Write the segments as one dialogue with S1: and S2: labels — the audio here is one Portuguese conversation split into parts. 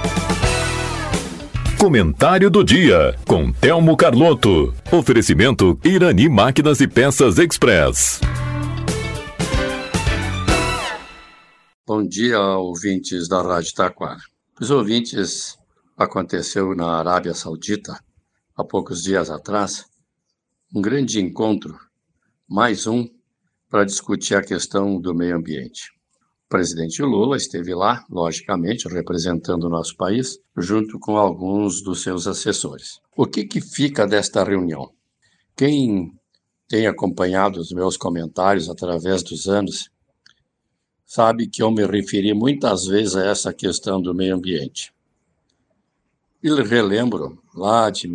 S1: Comentário do dia, com Telmo Carlotto. Oferecimento Irani Máquinas e Peças Express.
S2: Bom dia, ouvintes da Rádio Taquara. Os ouvintes, aconteceu na Arábia Saudita, há poucos dias atrás, um grande encontro, mais um, para discutir a questão do meio ambiente. O presidente Lula esteve lá, logicamente, representando o nosso país, junto com alguns dos seus assessores. O que fica desta reunião? Quem tem acompanhado os meus comentários através dos anos, sabe que eu me referi muitas vezes a essa questão do meio ambiente. E relembro, lá de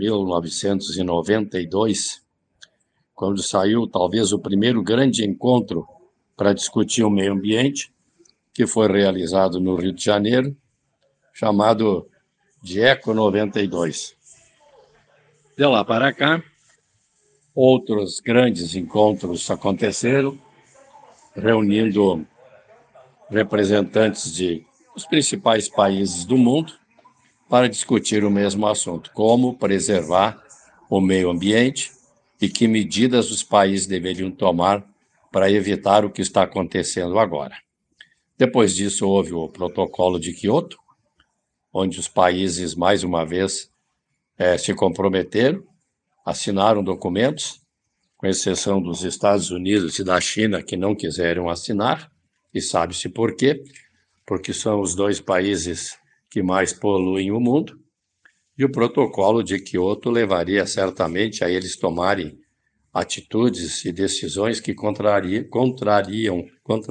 S2: 1992, quando saiu talvez o primeiro grande encontro para discutir o meio ambiente, que foi realizado no Rio de Janeiro, chamado de Eco 92. De lá para cá, outros grandes encontros aconteceram, reunindo representantes dos principais países do mundo para discutir o mesmo assunto, como preservar o meio ambiente e que medidas os países deveriam tomar para evitar o que está acontecendo agora. Depois disso, houve o Protocolo de Quioto, onde os países, mais uma vez, se comprometeram, assinaram documentos, com exceção dos Estados Unidos e da China, que não quiseram assinar, e sabe-se por quê, porque são os dois países que mais poluem o mundo, e o Protocolo de Quioto levaria certamente a eles tomarem atitudes e decisões que contrariam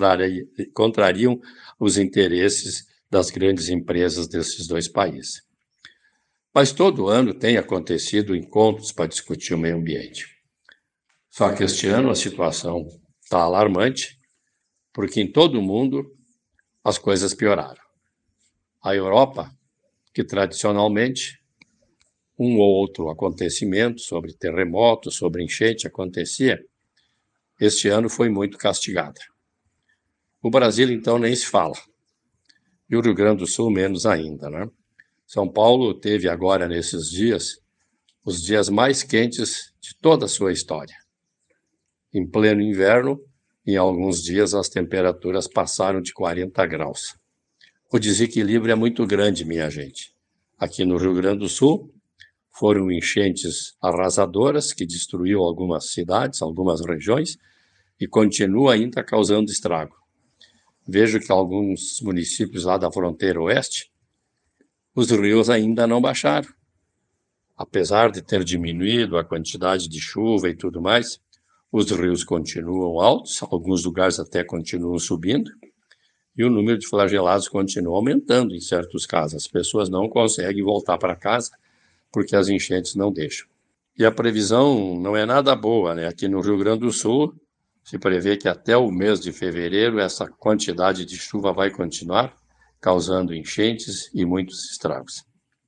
S2: os interesses das grandes empresas desses dois países. Mas todo ano tem acontecido encontros para discutir o meio ambiente. Só que este ano a situação está alarmante, porque em todo o mundo as coisas pioraram. A Europa, que tradicionalmente um ou outro acontecimento sobre terremoto, sobre enchente acontecia, este ano foi muito castigada. O Brasil, então, nem se fala. E o Rio Grande do Sul, menos ainda, né? São Paulo teve agora, nesses dias, os dias mais quentes de toda a sua história. Em pleno inverno, em alguns dias, as temperaturas passaram de 40 graus. O desequilíbrio é muito grande, minha gente. Aqui no Rio Grande do Sul, foram enchentes arrasadoras que destruíram algumas cidades, algumas regiões, e continua ainda causando estrago. Vejo que alguns municípios lá da fronteira oeste, os rios ainda não baixaram. Apesar de ter diminuído a quantidade de chuva e tudo mais, os rios continuam altos, alguns lugares até continuam subindo, e o número de flagelados continua aumentando em certos casos. As pessoas não conseguem voltar para casa porque as enchentes não deixam. E a previsão não é nada boa, né? Aqui no Rio Grande do Sul, se prevê que até o mês de fevereiro essa quantidade de chuva vai continuar, causando enchentes e muitos estragos.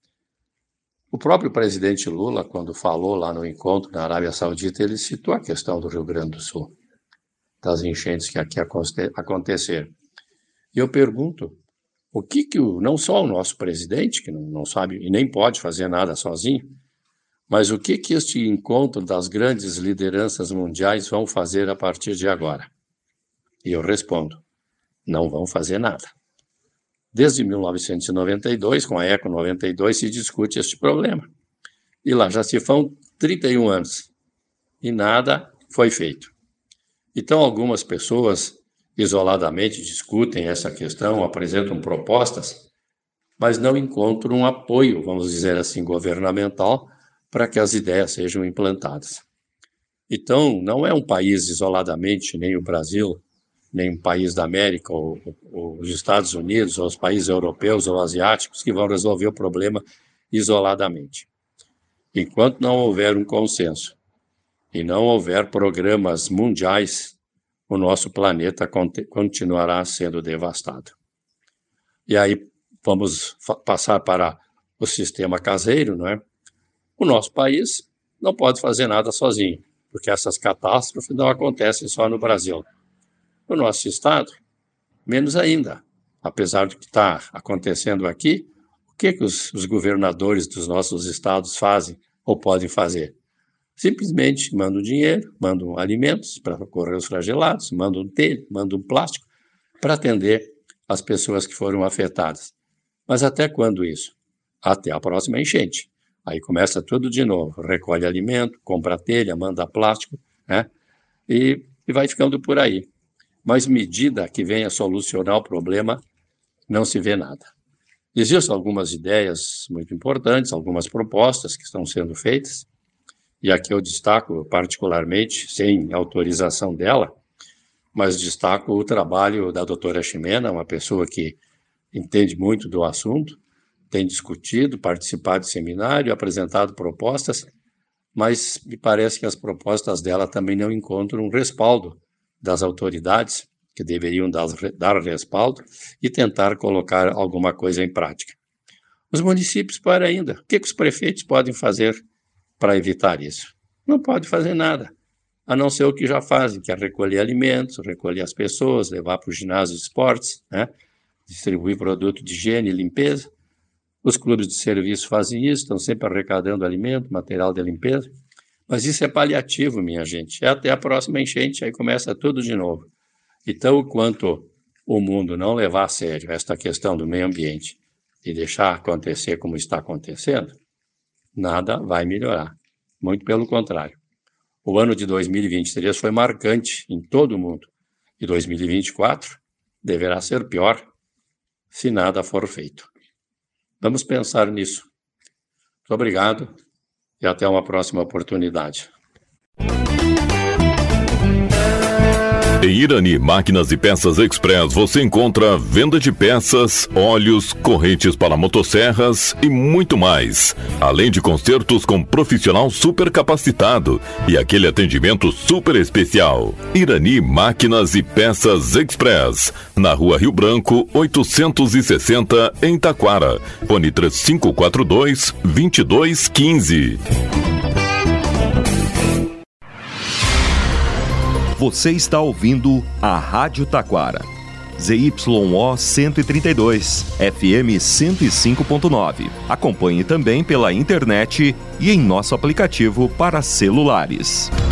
S2: O próprio presidente Lula, quando falou lá no encontro na Arábia Saudita, ele citou a questão do Rio Grande do Sul, das enchentes que aqui aconteceram. E eu pergunto, o que não só o nosso presidente, que não sabe e nem pode fazer nada sozinho, mas o que este encontro das grandes lideranças mundiais vão fazer a partir de agora? E eu respondo, não vão fazer nada. Desde 1992, com a Eco 92, se discute este problema. E lá já se vão 31 anos e nada foi feito. Então, algumas pessoas isoladamente discutem essa questão, apresentam propostas, mas não encontram um apoio, vamos dizer assim, governamental, para que as ideias sejam implantadas. Então, não é um país isoladamente, nem o Brasil, nem um país da América, ou os Estados Unidos, ou os países europeus ou asiáticos, que vão resolver o problema isoladamente. Enquanto não houver um consenso e não houver programas mundiais, o nosso planeta continuará sendo devastado. E aí vamos passar para o sistema caseiro, não é? O nosso país não pode fazer nada sozinho, porque essas catástrofes não acontecem só no Brasil. No nosso estado, menos ainda. Apesar do que está acontecendo aqui, o que os governadores dos nossos estados fazem ou podem fazer? Simplesmente mandam dinheiro, mandam alimentos para socorrer os flagelados, mandam telha, mandam plástico para atender as pessoas que foram afetadas. Mas até quando isso? Até a próxima enchente. Aí começa tudo de novo, recolhe alimento, compra telha, manda plástico, né? E vai ficando por aí. Mas medida que venha solucionar o problema, não se vê nada. Existem algumas ideias muito importantes, algumas propostas que estão sendo feitas, e aqui eu destaco particularmente, sem autorização dela, mas destaco o trabalho da doutora Ximena, uma pessoa que entende muito do assunto, tem discutido, participado de seminário, apresentado propostas, mas me parece que as propostas dela também não encontram respaldo das autoridades, que deveriam dar respaldo e tentar colocar alguma coisa em prática. Os municípios, pior ainda, o que os prefeitos podem fazer para evitar isso? Não pode fazer nada, a não ser o que já fazem, que é recolher alimentos, recolher as pessoas, levar para o ginásio de esportes, né? Distribuir produto de higiene e limpeza. Os clubes de serviço fazem isso, estão sempre arrecadando alimento, material de limpeza, mas isso é paliativo, minha gente. É até a próxima enchente, aí começa tudo de novo. Então, enquanto o mundo não levar a sério esta questão do meio ambiente e deixar acontecer como está acontecendo, nada vai melhorar. Muito pelo contrário. O ano de 2023 foi marcante em todo o mundo e 2024 deverá ser pior se nada for feito. Vamos pensar nisso. Muito obrigado e até uma próxima oportunidade.
S1: Em Irani Máquinas e Peças Express você encontra venda de peças, óleos, correntes para motosserras e muito mais. Além de consertos com profissional super capacitado e aquele atendimento super especial. Irani Máquinas e Peças Express, na Rua Rio Branco, 860, em Taquara. Fone 3542-2215.
S3: Você está ouvindo a Rádio Taquara, ZYO 132, FM 105.9. Acompanhe também pela internet e em nosso aplicativo para celulares.